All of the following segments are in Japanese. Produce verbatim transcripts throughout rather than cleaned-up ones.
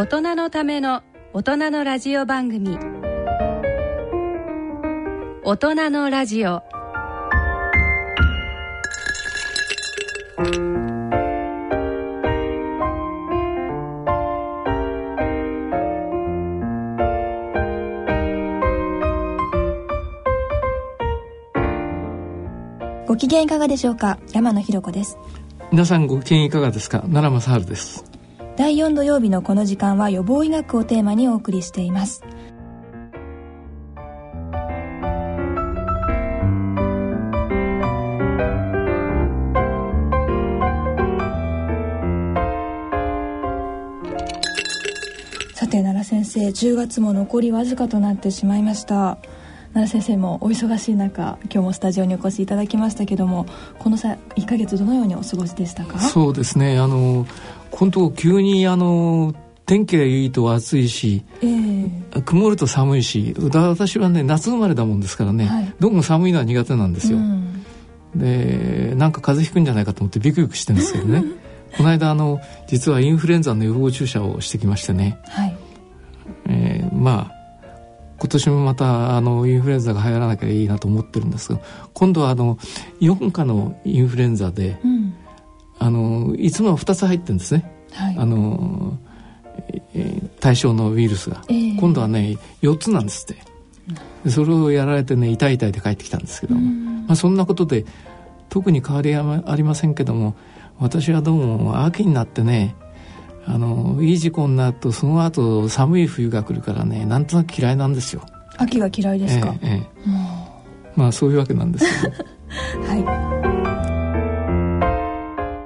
大人のための大人のラジオ番組、大人のラジオ。 ご機嫌いかがでしょうか。山野ひろ子です。 皆さんご機嫌いかがですか。奈良正治です。 だいよん土曜日のこの時間は予防医学をテーマにお送りしています。さて奈良先生、じゅうがつも残りわずかとなってしまいました。奈良先生もお忙しい中、今日もスタジオにお越しいただきましたけども、このさいっかげつどのようにお過ごしでしたか。 そうですね、あの今度急にあの天気がいいと暑いし、えー、曇ると寒いし、私はね夏生まれだもんですからね、はい、どうも寒いのは苦手なんですよ、うん、でなんか風邪ひくんじゃないかと思ってビクビクしてるんですけどねこの間あの実はインフルエンザの予防注射をしてきましてね、はい、えー、まあ今年もまたあのインフルエンザが流行らなきゃいいなと思ってるんですが、今度はあのよんかのインフルエンザで、うん、あのいつもはふたつ入ってるんですね、はい、あの、えー、対象のウイルスが、えー、今度はねよっつなんですって、うん、それをやられてね痛い痛いで帰ってきたんですけども、うんまあ、そんなことで特に変わりはありませんけども、私はどうも秋になってね、あのいい事故になるとその後寒い冬が来るからね、なんとなく嫌いなんですよ。 秋が嫌いですか。ええええ、 まあそういうわけなんですけどはい。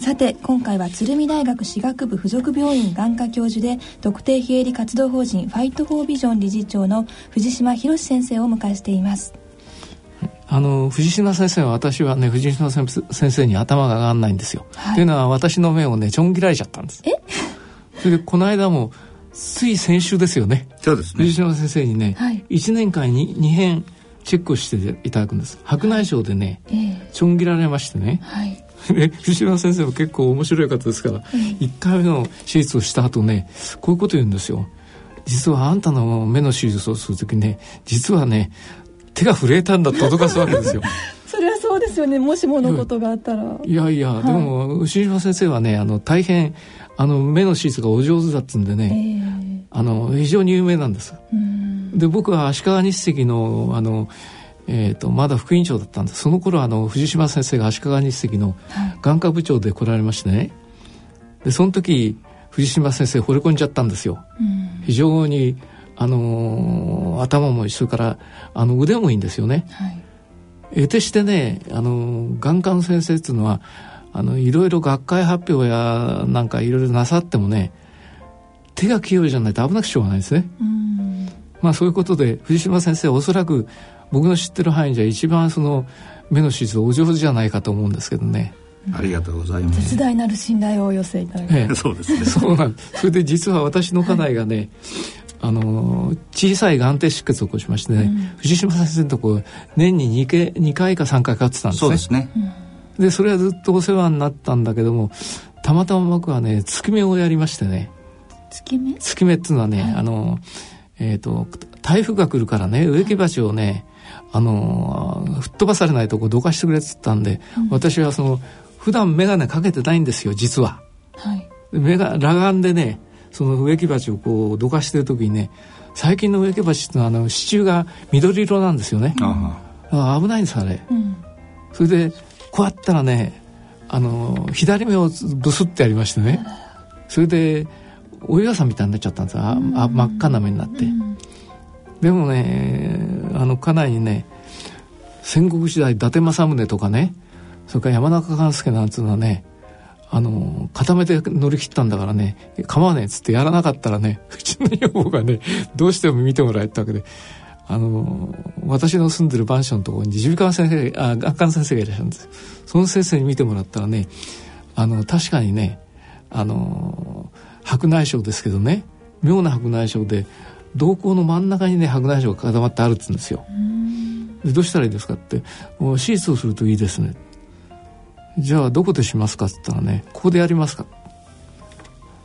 さて今回は鶴見大学歯学部附属病院眼科教授で特定非営利活動法人ファイトフォービジョン理事長の藤島博先生をお迎えしています。 あの藤島先生は、私はね藤島先生に頭が上がらないんですよ、はい、というのは私の目をねちょん切られちゃったんです。 えそれでこの間もつい先週ですよね。 そうですね。 藤島先生にね、はい、いちねんかんににへんチェックをしていただくんです。白内障でね、はい、ちょん切られましてね、はい、で藤島先生も結構面白い方ですから、はい、いっかいめの手術をした後ねこういうこと言うんですよ。実はあんたの目の手術をするときね、実はね手が震えたんだと脅かすわけですよそれはそうですよね、もしものことがあったら。 いやいや、はい、でも藤島先生はねあの大変あの目の手術がお上手だっつんでね、えー、あの非常に有名なんです。で僕は足利日赤のあの、えー、とまだ副院長だったんです。その頃あの藤島先生が足利日赤の眼科部長で来られましてね、でその時藤島先生惚れ込んじゃったんですよ。非常にあのー、頭もそれからあの腕もいいんですよね、はい、得てしてねあの眼科の先生っていうのはあのいろいろ学会発表やなんかいろいろなさってもね手が器用じゃないと危なくしょうがないですね。うんまあそういうことで藤島先生はおそらく僕の知ってる範囲じゃ一番その目の手術お上手じゃないかと思うんですけどね。 ありがとうございます。 絶大なる信頼をお寄せいただき、 ええ、そうですね。 そうなんです。それで実は私の家内がね、はい、あの小さい眼底出血を起こしましてね、うん、藤島先生のとこ年に 2, 回2回かさんかいかかってたんですね。 そうですね、 うん、でそれはずっとお世話になったんだけども、たまたま僕はね月目をやりましてね。 月目月目っていうのはね、はい、あのえーと台風が来るからね植木鉢をね、はい、あの吹っ飛ばされないとこどかしてくれって言ったんで、うん、私はその普段眼鏡かけてないんですよ実は、はい、目が裸眼でねその植木鉢をこうどかしてる時にね、最近の植木鉢ってのはあの支柱が緑色なんですよね、うん、あ危ないんですあれ、うん、それでこうやったらねあの左目をブスってやりましてね、それでお岩さんみたいになっちゃったんですよ、ああ真っ赤な目になって、うん、でもねあの家内にね戦国時代伊達政宗とかね、それから山中勘助なんつうのはねあの固めて乗り切ったんだからね構わねえっつってやらなかったらねうちの女房がねどうしても見てもらえたわけで、あの私の住んでるマンションのところに耳鼻科先生あ眼科の先生がいらっしゃるんですよ。その先生に見てもらったらねあの確かにねあの白内障ですけどね妙な白内障で瞳孔の真ん中にね白内障が固まってあるって言うんですよ。でどうしたらいいですかって手術をするといいですね。じゃあどこでしますかって言ったらねここでやりますか。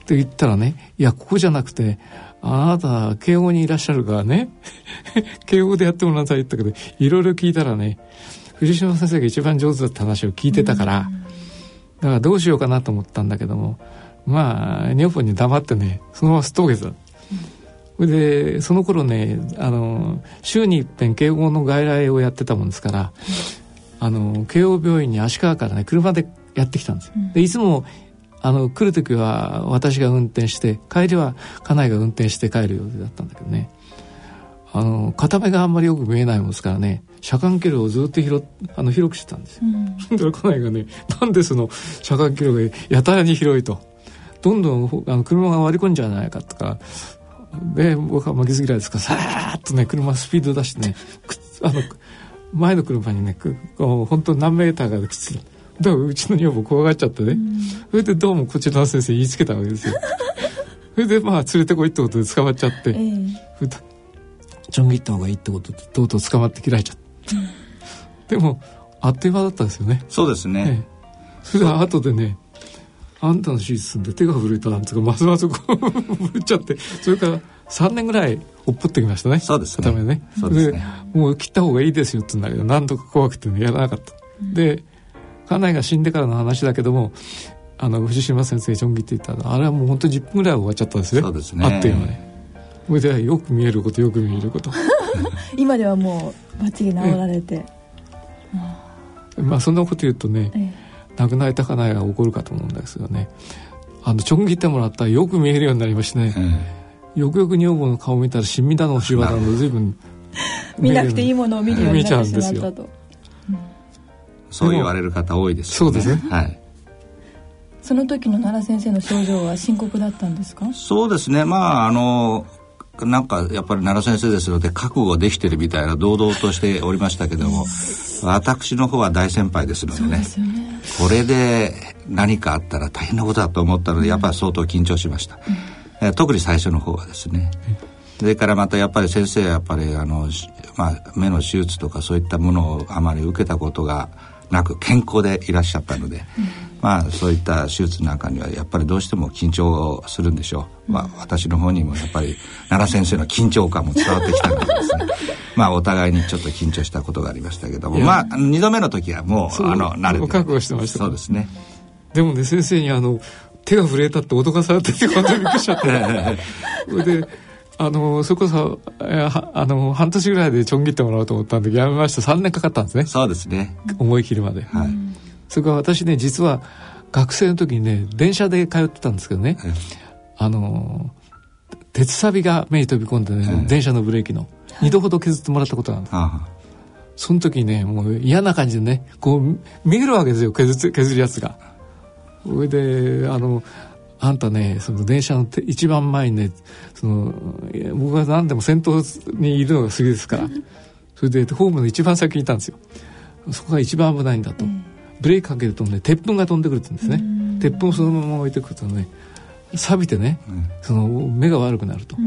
って言ったらね、いやここじゃなくてあなた慶応にいらっしゃるからね慶応でやってもらいたいって言ったけど、いろいろ聞いたらね、藤島先生が一番上手だった話を聞いてたから、だからどうしようかなと思ったんだけども、まあ女房に黙ってねそのまますっとぼけてた。それでその頃ね、あの週に一遍慶応の外来をやってたもんですから、あの慶応病院に足利からね車でやってきたんですよ。でいつもあの来る時は私が運転して、帰りは家内が運転して帰る予定だったんだけどね、あの片目があんまりよく見えないもんですからね、車間距離をずっと広あの広くしてたんですよ。そしたら家内がね、なんでその車間距離がやたらに広いと、どんどんあの車が割り込んじゃわないかとかで、僕は負けず嫌いですからさーっとね車スピード出してね、あの前の車にね本当何メーターかでくっついて、だからうちの女房怖がっちゃってね、うん、それでどうもこちらの先生言いつけたわけですよそれでまあ連れてこいってことで捕まっちゃって、えー、それでちょん切った方がいいってことでとうとう捕まって切られちゃった、うん、でもあっという間だったんですよね。 そうですね、 えー、それで後でね、あんたの手術するんで手が震えたなんつうかますますこう震っちゃって、それからさんねんぐらいおっぽってきましたね。 そうですね、 ね、 そうですね。 でもう切った方がいいですよって言うんだけど、何度か怖くて、ね、やらなかった、うん、で家内が死んでからの話だけども、あの藤島先生ちょん切って言ったら、あれはもう本当にじゅっぷんぐらい終わっちゃったんですね。 そうですね、 あっという間に。それでよく見えることよく見えること今ではもうバッチリ治られて、 まあそんなこと言うとね、ええ、亡くなりた家内が怒るかと思うんですよね。あのちょん切ってもらったらよく見えるようになりましてね、ええ、よくよく女房の顔を見たら新見だのしわだの随分見なくていいものを見るようになってしまったと。 そう言われる方多いですよね。そうですね、 はい。 その時の奈良先生の症状は深刻だったんですか？ そうですね、まああのなんかやっぱり奈良先生ですので覚悟できてるみたいな堂々としておりましたけども、私の方は大先輩ですので ね, ですよね、これで何かあったら大変なことだと思ったので、やっぱり相当緊張しました、うん、特に最初の方はですね、うん、それからまたやっぱり先生はやっぱりあの、まあ、目の手術とかそういったものをあまり受けたことがなく健康でいらっしゃったので、うん、まあそういった手術なんかにはやっぱりどうしても緊張するんでしょう、うん、まあ、私の方にもやっぱり奈良先生の緊張感も伝わってきたのでですねまあお互いにちょっと緊張したことがありましたけども、まあにどめの時はもうあの慣れて覚悟してました。 そうですね。 でもね、先生にあの手が震えたって脅かされてて本当にびっくりしちゃってそれであのそこそあの半年ぐらいでちょん切ってもらおうと思ったんでやめました。さんねんかかったんですね。 そうですね、 思い切るまで、はい、それから私ね、実は学生の時にね電車で通ってたんですけどね、うん、あの鉄サビが目に飛び込んでね、うん、電車のブレーキのにどほど削ってもらったことがあるんです、うん、その時にねもう嫌な感じでねこう見えるわけですよ、削, 削るやつが。それであのあんたね、その電車の一番前にね、その僕は何でも先頭にいるのが好きですからそれでホームの一番先にいたんですよ。そこが一番危ないんだと、うん、ブレーキかけるとね鉄粉が飛んでくるって言うんですね。鉄粉をそのまま置いてくるとね錆びてね、うん、その目が悪くなると、うん、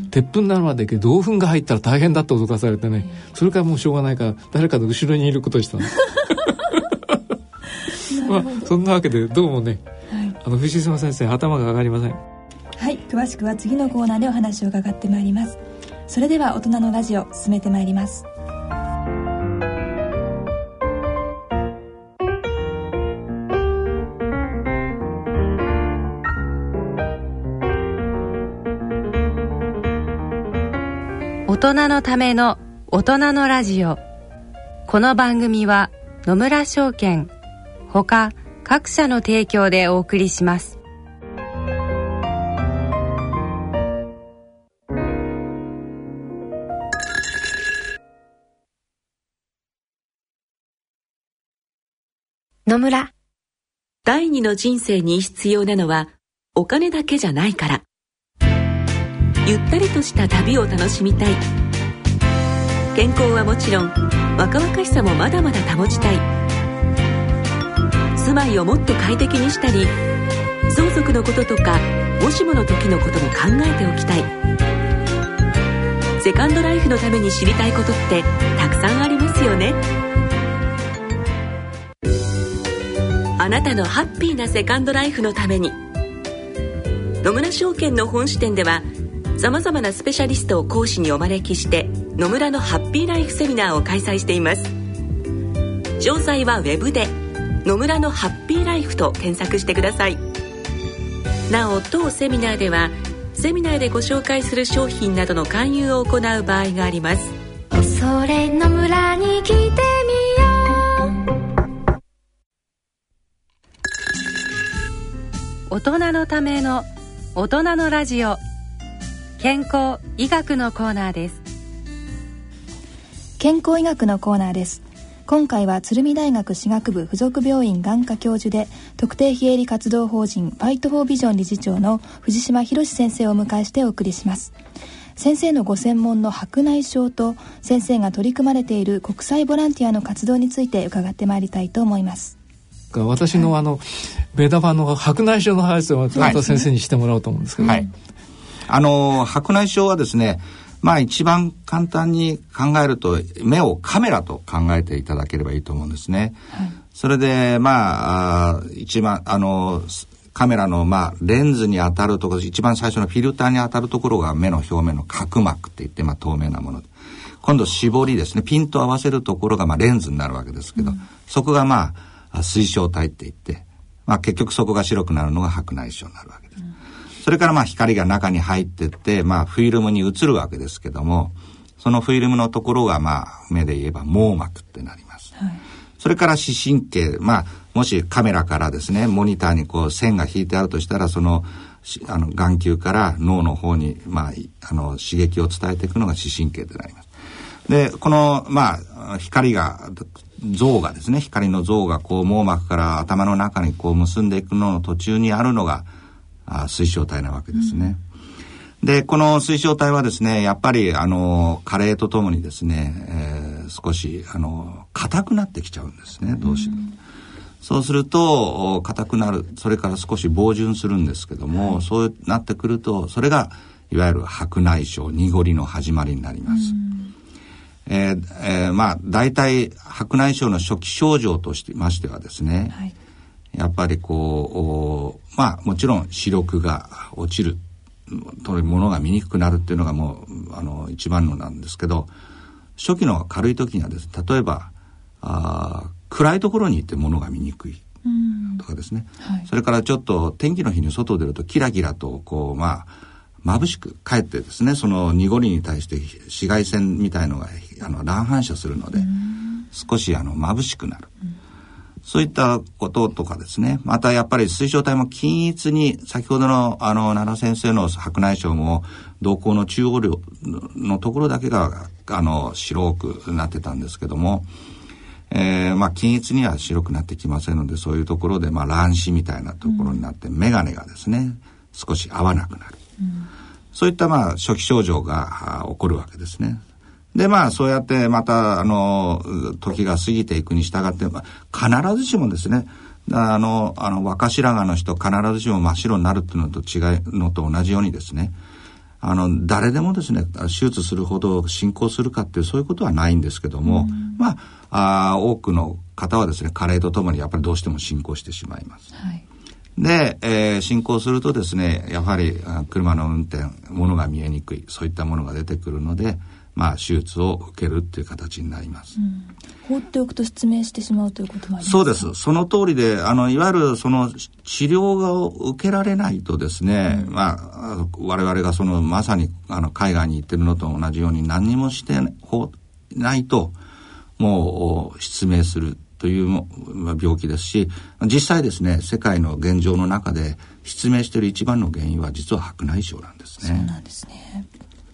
鉄粉になるまで銅粉が入ったら大変だと脅かされてね、それからもうしょうがないから誰かの後ろにいることにしたんですまあそんなわけでどうもね、はい、あの藤島先生頭が上がりません。 はい、詳しくは次のコーナーでお話を伺ってまいります。それでは大人のラジオ進めてまいります。 大人のための大人のラジオ。この番組は野村証券ほか各社の提供でお送りします。 野村、第二の人生に必要なのはお金だけじゃないから。ゆったりとした旅を楽しみたい。健康はもちろん若々しさもまだまだ保ちたい。住まいをもっと快適にしたり、相続のこととかもしもの時のことも考えておきたい。セカンドライフのために知りたいことってたくさんありますよね。あなたのハッピーなセカンドライフのために野村証券の本支店ではさまざまなスペシャリストを講師にお招きして野村のハッピーライフセミナーを開催しています。詳細はウェブで野村のハッピーライフと検索してください。なお当セミナーではセミナーでご紹介する商品などの勧誘を行う場合があります。 それ野村に来てみよう。 大人のための大人のラジオ、健康医学のコーナーです。 健康医学のコーナーです。今回は鶴見大学歯学部附属病院眼科教授で特定非営利活動法人ファイトフォービジョン理事長の藤島博先生をお迎えしてお送りします。先生のご専門の白内障と先生が取り組まれている国際ボランティアの活動について伺ってまいりたいと思います。 私のあのベータ版の白内障の話をまた先生にしてもらおうと思うんですけど、 はいはい、あの白内障はですね、まあ一番簡単に考えると目をカメラと考えていただければいいと思うんですね、はい、それでまあ一番あのカメラのまあレンズに当たるところ、一番最初のフィルターに当たるところが目の表面の角膜っていって、まあ透明なもので、今度絞りですね、ピント合わせるところがまあレンズになるわけですけど、うん、そこがまあ水晶体っていって、まあ結局そこが白くなるのが白内障になるわけです、うん、それからまあ光が中に入ってって、まあフィルムに映るわけですけども、そのフィルムのところがまあ目で言えば網膜ってなります、はい、それから視神経、まあもしカメラからですねモニターにこう線が引いてあるとしたら、そのあの眼球から脳の方にまああの刺激を伝えていくのが視神経となります。でこのまあ光が像がですね光の像がこう網膜から頭の中にこう結んでいくのの途中にあるのがあ水晶体なわけですね、うん、でこの水晶体はですねやっぱりあの加齢とともにですね、えー、少しあの硬くなってきちゃうんですね、どうしても、うん、そうすると硬くなる、それから少し防潤するんですけども、はい、そうなってくるとそれがいわゆる白内障、濁りの始まりになります、うんえーえー、まあ大体白内障の初期症状としてましてはですね、はい、やっぱりこうまあもちろん視力が落ちるというものが見にくくなるっていうのがもうあの一番のなんですけど、初期の軽い時にはですね、例えばあ暗いところに行って物が見にくいとかですね、はい、それからちょっと天気の日に外を出るとキラキラとこうまあ眩しくかえってですね、その濁りに対して紫外線みたいのがあの乱反射するので少しあの眩しくなる、うん、そういったこととかですね、またやっぱり水晶体も均一に先ほどのあの奈良先生の白内障も瞳孔の中央量のところだけがあの白くなってたんですけども、えー、まあ均一には白くなってきませんので、そういうところでまあ乱視みたいなところになって、うん、眼鏡がですね少し合わなくなる、うん、そういったまあ初期症状が起こるわけですね。でまあそうやってまたあの時が過ぎていくに従って、まあ、必ずしもですねあのあの若白髪の人必ずしも真っ白になるっていうのと違うのと同じようにですね、あの誰でもですね手術するほど進行するかっていうそういうことはないんですけども、うん、まあ、あ多くの方はですね加齢とともにやっぱりどうしても進行してしまいます、はい、で、えー、進行するとですねやはり車の運転、物が見えにくい、そういったものが出てくるので、まあ、手術を受けるっていう形になります、うん、 放っておくと失明してしまうということもありますか？ そうです、その通りで、あのいわゆるその治療を受けられないとですね、うん、まあ、我々がそのまさにあの海外に行ってるのと同じように何にもしてないともう失明するという病気ですし、実際ですね世界の現状の中で失明している一番の原因は実は白内障なんですね。 そうなんですね。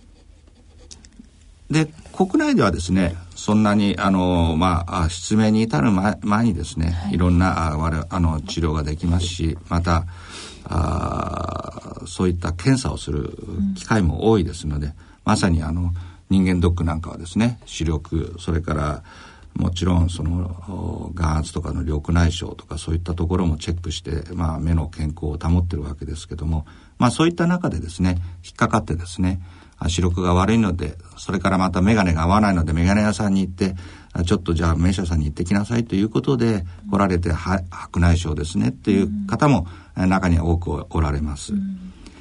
で国内ではですねそんなにあの、まあ、失明に至る 前, 前にですね、はい、いろんなあ我あの治療ができますし、またあそういった検査をする機会も多いですので、うん、まさにあの人間ドックなんかはですね視力、それからもちろんその眼圧とかの緑内障とかそういったところもチェックして、まあ、目の健康を保っているわけですけども、まあ、そういった中でですね引っかかってですね視力が悪いので、それからまた眼鏡が合わないので眼鏡屋さんに行ってちょっとじゃあ名医者さんに行ってきなさいということで来られて、は白内障ですねっていう方も中には多くおられます、うん、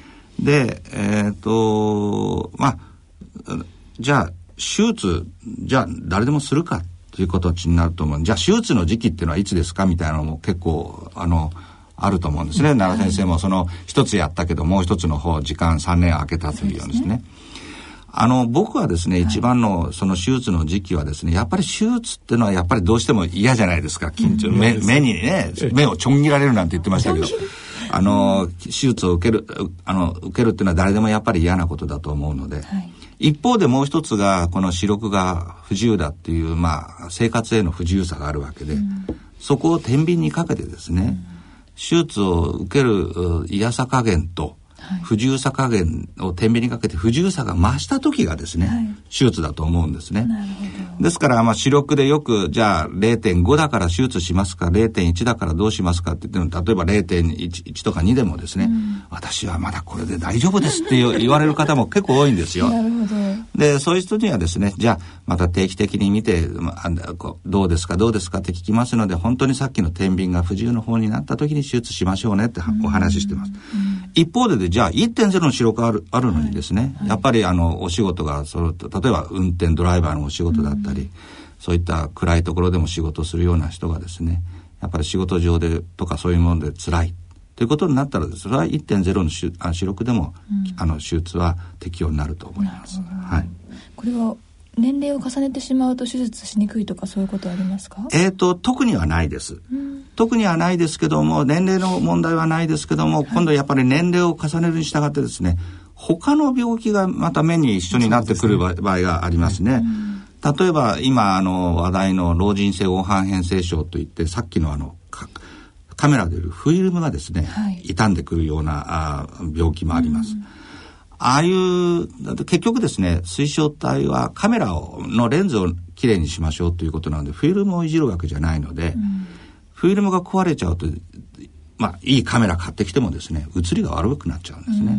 で、えっと、まあ、じゃあ、手術、じゃあ誰でもするかということになると思う。じゃあ手術の時期っていうのはいつですかみたいなのも結構、あの、あると思うんですね。うん、奈良先生もその一つやったけど、もう一つの方、時間さんねん空けたというようですね。あの、僕はですね、一番のその手術の時期はですね、やっぱり手術っていうのはやっぱりどうしても嫌じゃないですか。緊張、うん、目、目にね、目をちょん切られるなんて言ってましたけど、あの、手術を受ける、あの、受けるっていうのは誰でもやっぱり嫌なことだと思うので、はい、一方でもう一つが、この視力が不自由だっていう、まあ、生活への不自由さがあるわけで、うん、そこを天秤にかけてですね、うん、手術を受ける嫌さ加減と、不自由さ加減を天秤にかけて不自由さが増した時がですね、はい、手術だと思うんですね。なるほど。ですからまあ視力でよくじゃあ れいてんご だから手術しますか れいてんいち だからどうしますかって言っても例えば れいてんいち とかにでもですね、うん、私はまだこれで大丈夫ですって言われる方も結構多いんですよ。なるほど。でそういう人にはですねじゃあまた定期的に見て、まあ、どうですかどうですかって聞きますので本当にさっきの天秤が不自由の方になった時に手術しましょうねってお話ししてます。うんうん、一方ででじゃあ いってんゼロ の視力ある、あるのにですね、はいはい、やっぱりあのお仕事がその例えば運転ドライバーのお仕事だったり、うん、そういった暗いところでも仕事するような人がですねやっぱり仕事上でとかそういうもので辛いということになったらそれは いってんゼロ の視力でも、うん、あの手術は適用になると思います。はい、 これは年齢を重ねてしまうと手術しにくいとかそういうことはありますか？ えーと、特にはないです、うん、特にはないですけども年齢の問題はないですけども、はい、今度やっぱり年齢を重ねるに従ってですね他の病気がまた目に一緒になってくる場合がありますね。うん、例えば今あの話題の老人性黄斑変性症といってさっきのあのカメラでいうフィルムがですね、はい、傷んでくるようなあ病気もあります。うん、ああいう結局ですね水晶体はカメラをのレンズをきれいにしましょうということなのでフィルムをいじるわけじゃないので、うん、フィルムが壊れちゃうとまあいいカメラ買ってきてもですね写りが悪くなっちゃうんですね。うん、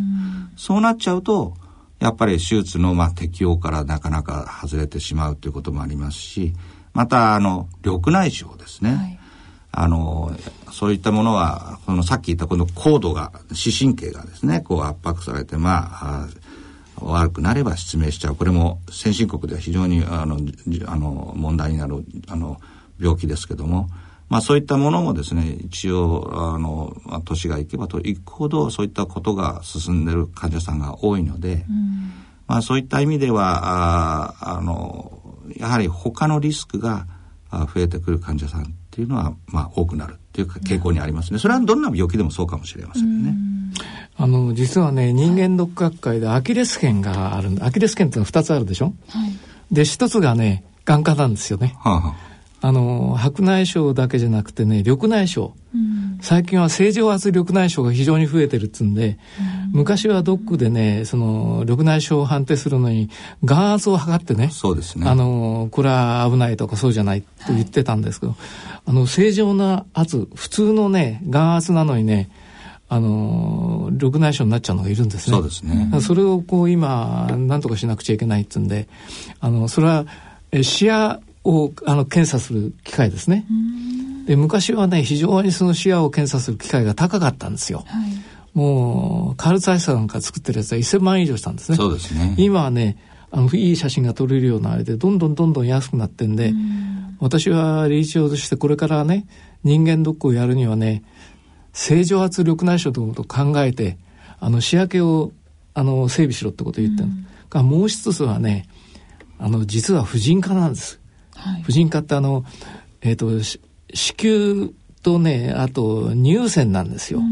そうなっちゃうとやっぱり手術のまあ適用からなかなか外れてしまうということもありますしまたあの緑内障ですね。はい、あのそういったものはこのさっき言ったこのコードが視神経がですねこう圧迫されてまあ悪くなれば失明しちゃう。これも先進国では非常にあのあの問題になるあの病気ですけども、まあ、そういったものもですね一応あの年がいけばといくほどそういったことが進んでいる患者さんが多いので、うんまあ、そういった意味ではああのやはり他のリスクが増えてくる患者さんっていうのはまあ多くなるっていう傾向にありますね。それはどんな病気でもそうかもしれませんね。うんあの実はね人間ドック学会でアキレス腱があるんだ。アキレス腱っていうのはふたつあるでしょ。はい、でひとつがね眼科なんですよね。はあはあ、あの白内障だけじゃなくてね緑内障、うん、最近は正常圧緑内障が非常に増えてるっつうんで、うん、昔はドックでねその緑内障を判定するのに眼圧を測ってね、 そうですね、 あのこれは危ないとかそうじゃないと言ってたんですけど、はい、あの正常な圧普通のね眼圧なのにねあの緑内障になっちゃうのがいるんですね。 そうですね。 それをこう今何とかしなくちゃいけないって言うんであのそれは視野をあの検査する機械ですね。で昔はね非常にその視野を検査する機械が高かったんですよ。はい、もうカール・ツァイサーなんか作ってるやつはせんまんえん以上したんですね。 そうですね。 今はねあのいい写真が撮れるようなあれでどんどんどんどん安くなってんで私は理事長としてこれからね人間ドックをやるにはね正常圧緑内障ということを考えてあの視野系をあの整備しろってことを言ってる、うん、もう一つはねあの実は婦人科なんです。はい、婦人科ってあの、えーと、子宮とねあと乳腺なんですよ。うん、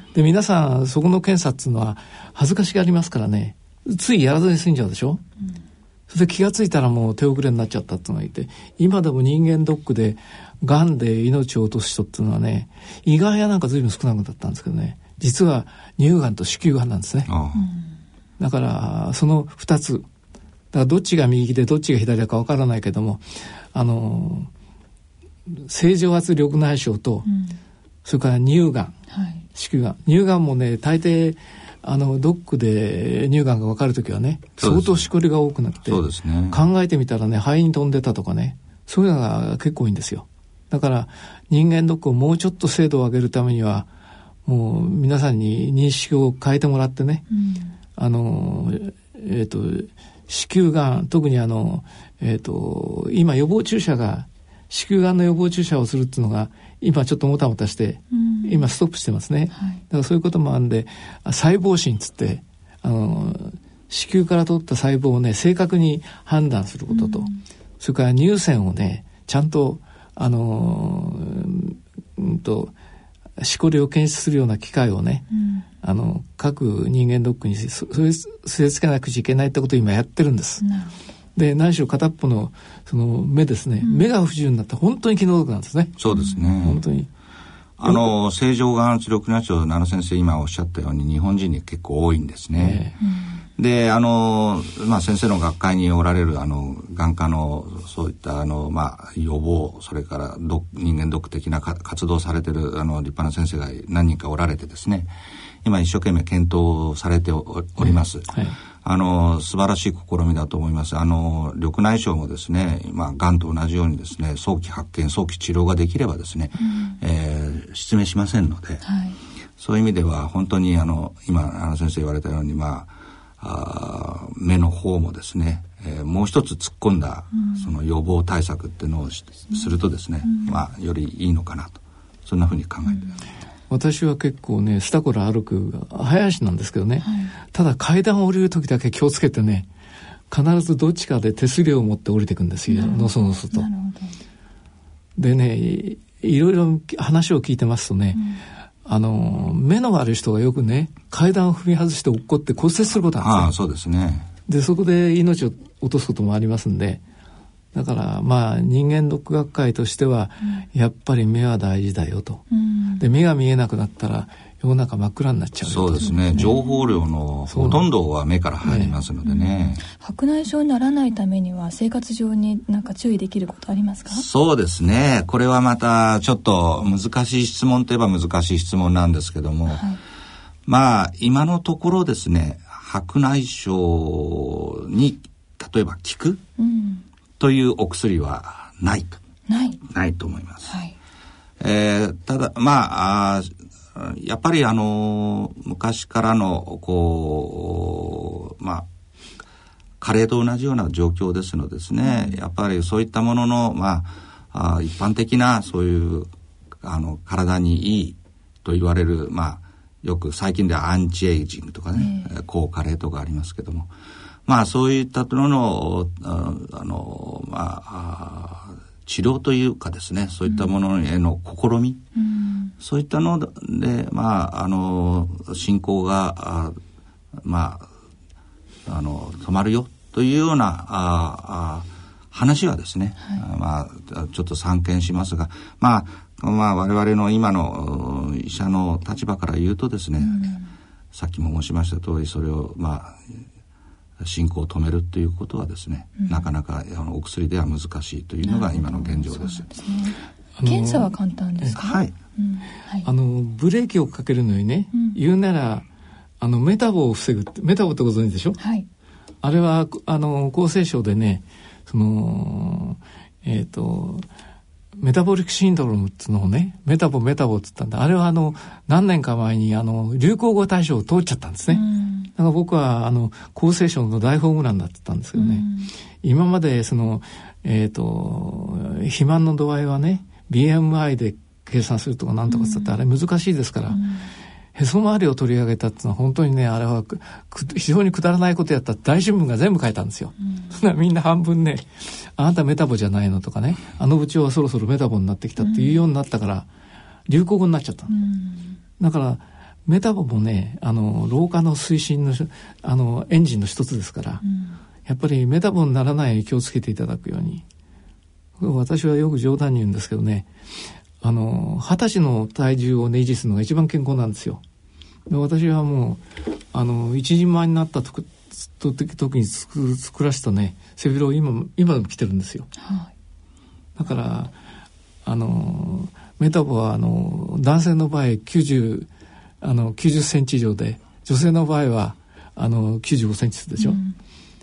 で皆さんそこの検査っていうのは恥ずかしがりますからねついやらずに済んじゃうでしょ。うん、それで気がついたらもう手遅れになっちゃったっていうのがいて今でも人間ドックでがんで命を落とす人っていうのはね胃がんやなんか随分少なくなったんですけどね実は乳がんと子宮がんなんですね。ああだからそのふたつだからどっちが右でどっちが左だかわからないけどもあの正常圧緑内障と、うん、それから乳がん、はい、子宮がん乳がんもね大抵あのドックで乳がんが分かるときはね相当しこりが多くなって、そうですね、考えてみたらね肺に飛んでたとかねそういうのが結構多いんですよ。だから人間ドックをもうちょっと精度を上げるためにはもう皆さんに認識を変えてもらってね、うん、あのえっ、ー、と子宮がん、特にあのえっ、ー、と今予防注射が子宮がんの予防注射をするっていうのが今ちょっともたもたして、うん、今ストップしてますね、はい、だからそういうこともあるんで、細胞診つってあの子宮から取った細胞をね正確に判断することと、うん、それから乳腺をねちゃんとあのうんとしこりを検出するような機械をね、うん、あの各人間ドックにそれ据え付けなくちゃいけないってことを今やってるんです。なるほど。で何しろ片っぽのその目ですね、うん、目が不自由になったら本当に気の毒なんですね。 そうですね、 本当にあの正常眼圧力難聴、奈良先生今おっしゃったように日本人に結構多いんですね、えー、であの、まあ、先生の学会におられるあの眼科のそういったあの、まあ、予防、それから人間ドック的な活動されているあの立派な先生が何人かおられてですね、今一生懸命検討されて お, おります、はい、あの素晴らしい試みだと思います。あの緑内障もですね、まあ、がんと同じようにですね早期発見早期治療ができればですね、うんえー、失明しませんので、はい、そういう意味では本当にあの今あの先生言われたように、まあ、あ目の方もですね、えー、もう一つ突っ込んだ、うん、その予防対策っていうのをするとですね、うんまあ、よりいいのかなと、そんなふうに考えています、うん私は結構ねスタコラ歩くが早足なんですけどね、はい、ただ階段を降りる時だけ気をつけてね必ずどっちかで手すりを持って降りていくんですよ、のそのそと。なるほど。でね い, いろいろ話を聞いてますとね、うん、あの目の悪い人がよくね階段を踏み外して落っこって骨折することなんですよ。 ああそうですね。 でそこで命を落とすこともありますんで、だからまあ人間ドック学会としてはやっぱり目は大事だよと、うん、で目が見えなくなったら世の中真っ暗になっちゃうよと。 そうですね、情報量のほとんどは目から入りますのでね、ね、 うん、白内障にならないためには生活上になんか注意できることありますか？ そうですね、これはまたちょっと難しい質問といえば難しい質問なんですけども、はい、まあ今のところですね白内障に例えば効く、うんというお薬はないとないないと思います、はいえー、ただまあ、あやっぱりあの昔からのこうまあ加齢と同じような状況ですのでですね、うん、やっぱりそういったもののまあ、あ一般的なそういうあの体にいいと言われるまあよく最近ではアンチエイジングとかね、えー、抗加齢とかありますけども、まあそういったのの、あ, あの、まあ、治療というかですね、そういったものへの試み、うん、そういったので、まあ、あの、進行が、あまあ、あの、止まるよというような、ああ話はですね、はい、まあ、ちょっと散見しますが、まあ、まあ、我々の今の医者の立場から言うとですね、うん、さっきも申しました通り、それを、まあ、進行を止めるということはですね、うん、なかなかあのお薬では難しいというのが今の現状です。 そうですね、検査は簡単ですか？ はい、うんはい、あのブレーキをかけるのにね、うん、言うならあのメタボを防ぐって、メタボってご存知でしょ？はい、あれはあの厚生省でね、そのえっ、ー、とメタボリックシンドロームっていうのをね、メタボメタボって言ったんで、あれはあの何年か前にあの流行語大賞を通っちゃったんですね、うん、だから僕はあの厚生省の大ホームランだって言ったんですけどね、うん、今までそのえっ、ー、と肥満の度合いはね ビーエムアイ で計算するとかなんとかって言ったらあれ難しいですから、うん、へそ周りを取り上げたっていうのは本当にね、あれは非常にくだらないことやったって大新聞が全部書いたんですよ、うん、そんなみんな半分ね、あなたメタボじゃないのとかね、あの部長はそろそろメタボになってきたっていうようになったから、うん、流行語になっちゃった、うん、だからメタボもね、あの老化の推進のあのエンジンの一つですから、うん、やっぱりメタボにならないように気をつけていただくように。私はよく冗談に言うんですけどね、あの二十歳の体重を、ね、維持するのが一番健康なんですよ。で私はもうあの一人前になった時に作, 作らせたね背広を今今でも着てるんですよ、はい、だからあのメタボはあの男性の場合きゅうじゅうあのきゅうじゅっセンチ以上で、女性の場合はあのきゅうじゅうごセンチでしょ、うん、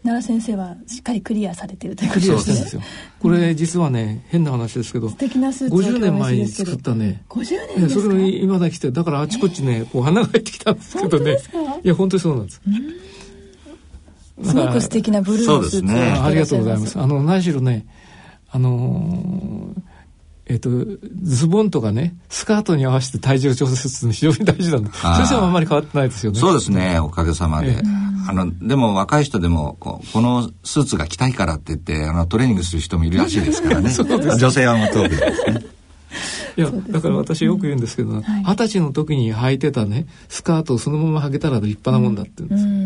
奈良先生はしっかりクリアされているということですね。 クリアしてるんですよ。これ実はね、変な話ですけど、 素敵なスーツごじゅうねんまえに作ったね、 ごじゅうねんですか。 それを今だけ来て、だからあちこちね、こう花が入ってきたんですけどね。いや本当にそうなんです。 すごく素敵なブルーのスーツを着ていらっしゃいます。 ありがとうございます。あの何しろね、あのーえっと、ズボンとかね、スカートに合わせて体重調節するの非常に大事なんで、先生はあんまり変わってないですよね。 そうですね、おかげさまで。ええ、あの、でも若い人でもこ、このスーツが着たいからって言って、あの、トレーニングする人もいるらしいですからね。そうです。女性はもう特にですね。 いや、だから私よく言うんですけど、二十、うんはい、歳の時に履いてたね、スカートをそのまま履けたら立派なもんだって言うんです。うんうん、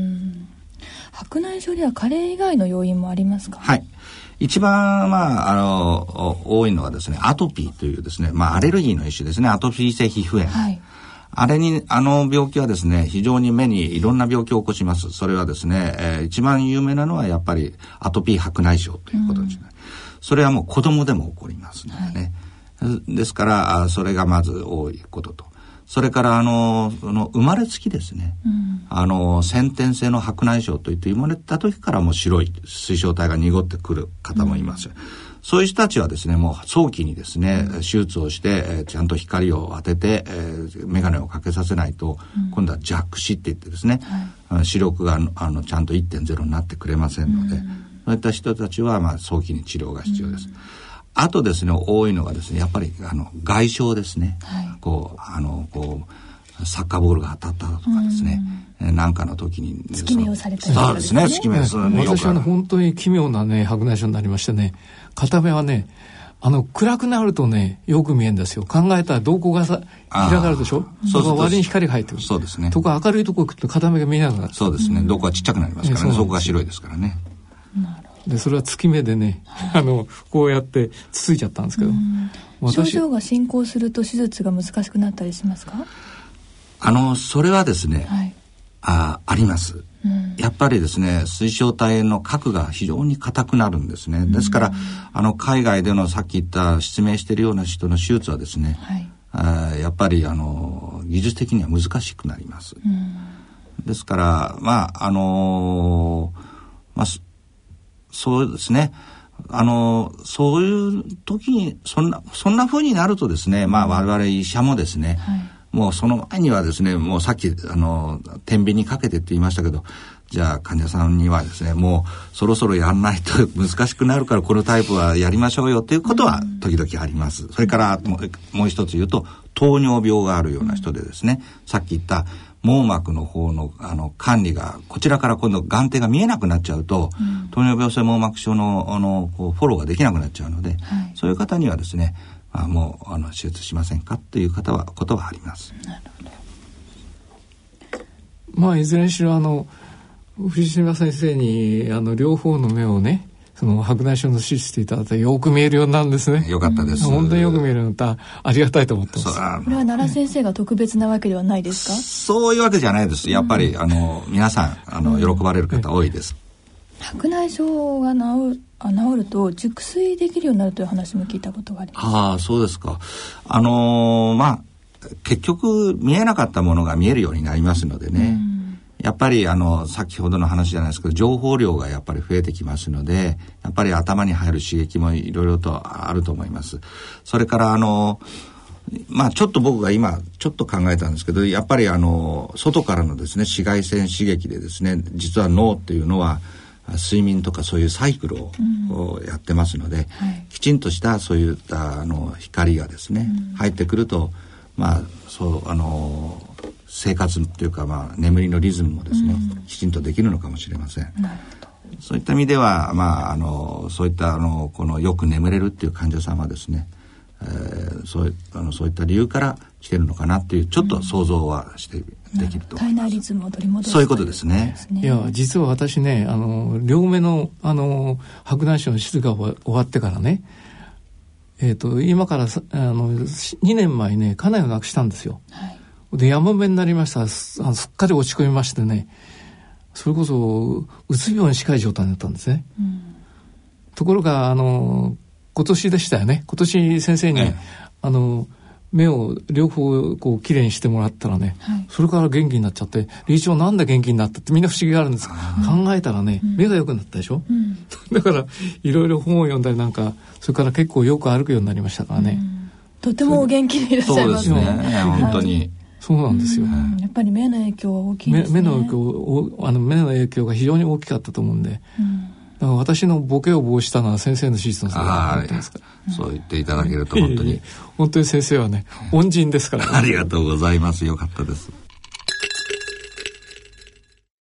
白内障には加齢以外の要因もありますか？ はい。一番、まあ、あの、多いのはですね、アトピーというですね、まあ、アレルギーの一種ですね、アトピー性皮膚炎。はい。あれに、あの病気はですね、非常に目にいろんな病気を起こします。それはですね、えー、一番有名なのはやっぱりアトピー白内障ということですね。うん、それはもう子供でも起こりますのでね。はい、ですから、それがまず多いことと。それからあのその生まれつきですね、うん、あの先天性の白内障といって生まれた時からもう白い水晶体が濁ってくる方もいます、うん、そういう人たちはですねもう早期にですね、うん、手術をして、えー、ちゃんと光を当てて、えー、眼鏡をかけさせないと、うん、今度は弱視って言ってですね、はい、視力があのちゃんと いってんゼロ になってくれませんので、うん、そういった人たちはまあ早期に治療が必要です、うん、あとですね多いのがですねやっぱりあの外傷ですね、はい、こうあのこうサッカーボールが当たったとかですね、うん、なんかの時に月目をされたりそうですね月目をするのよく私は、ね、本当に奇妙なね白内障になりましてね片目はねあの暗くなるとねよく見えるんですよ。考えたら瞳孔がさ開がるでしょ。そこは割に光が入ってくる。 そうですね。 とか明るいところ行くと片目が見えなくなる。 そうですね。瞳孔はちっちゃくなりますからね。そこが白いですからね。 なるほど。 でそれは月目でね、あのこうやってつついちゃったんですけど、 症状が進行すると手術が難しくなったりしますか？ あのそれはですね、はい、あ, あります、うん、やっぱりですね水晶体の核が非常に硬くなるんですね。ですから、うん、あの海外でのさっき言った失明しているような人の手術はですね、はい、あやっぱりあの技術的には難しくなります、うん、ですからまああのまあそうですねあのそういう時にそんなそんな風になるとですねまあ我々医者もですね、はいもうその前にはですねもうさっきあの天秤にかけてって言いましたけどじゃあ患者さんにはですねもうそろそろやんないと難しくなるからこのタイプはやりましょうよっていうことは時々あります、うん、それからもう、もう一つ言うと糖尿病があるような人でですね、うん、さっき言った網膜の方のあの管理がこちらから今度眼底が見えなくなっちゃうと、うん、糖尿病性網膜症のあのこうフォローができなくなっちゃうので、はい、そういう方にはですねあもうあの手術しませんかっていう方はことはあります。なるほど。まあいずれにしろあの藤島先生にあの両方の目をねその白内障の手術していただいてよく見えるようになるんですね。 よかったです。 本当によく見えるようになったありがたいと思ってます。 これは奈良先生が特別なわけではないですか？ そういうわけじゃないです。やっぱり、うん、あの皆さんあの喜ばれる方多いです。 うん、白内障が治るあ治ると熟睡できるようになるという話も聞いたことがあります。 ああそうですか。あのー、まあ結局見えなかったものが見えるようになりますのでね、うん、やっぱりあの先ほどの話じゃないですけど情報量がやっぱり増えてきますのでやっぱり頭に入る刺激もいろいろとあると思います。それからあのまあちょっと僕が今ちょっと考えたんですけどやっぱりあの外からのですね紫外線刺激でですね実は脳っていうのは睡眠とかそういうサイクルをやってますので、うんはい、きちんとしたそういったあの光がですね、うん、入ってくるとまあそうあの生活というかまあ眠りのリズムもですね、うん、きちんとできるのかもしれません。なるほど。そういった意味ではまああのそういったあのこのよく眠れるっていう患者さんはですね、えー、そうあのそういった理由から来てるのかなっていうちょっと想像はしてできると思います。 体内リズムを取り戻すそういうことですね。 いや実は私ねあの両目のあの白内障の手術が終わってからねえーと今からあのにねんまえね家内を亡くしたんですよ、はい、でやもめになりました。 す, あのすっかり落ち込みましてねそれこそうつ病に近い状態になったんですね、うん、ところがあの今年でしたよね今年先生に、ええ、あの目を両方こうきれいにしてもらったらね、はい、それから元気になっちゃって、理事長なんで元気になったってみんな不思議があるんです。考えたらね、うん、目が良くなったでしょ、うん、だからいろいろ本を読んだりなんか、それから結構よく歩くようになりましたからね、うん、 とてもお元気でいらっしゃいますね。 そうですね、本当にそうなんですよ、うん、 やっぱり目の影響は大きいですね。 目, 目の影響あの目の影響が非常に大きかったと思うんで、うん、だから私のボケを防止したのは先生の手術のせいだと思ってますから。 そう言っていただけると本当に本当に先生はね、恩人ですから、ね、 ありがとうございます。よかったです。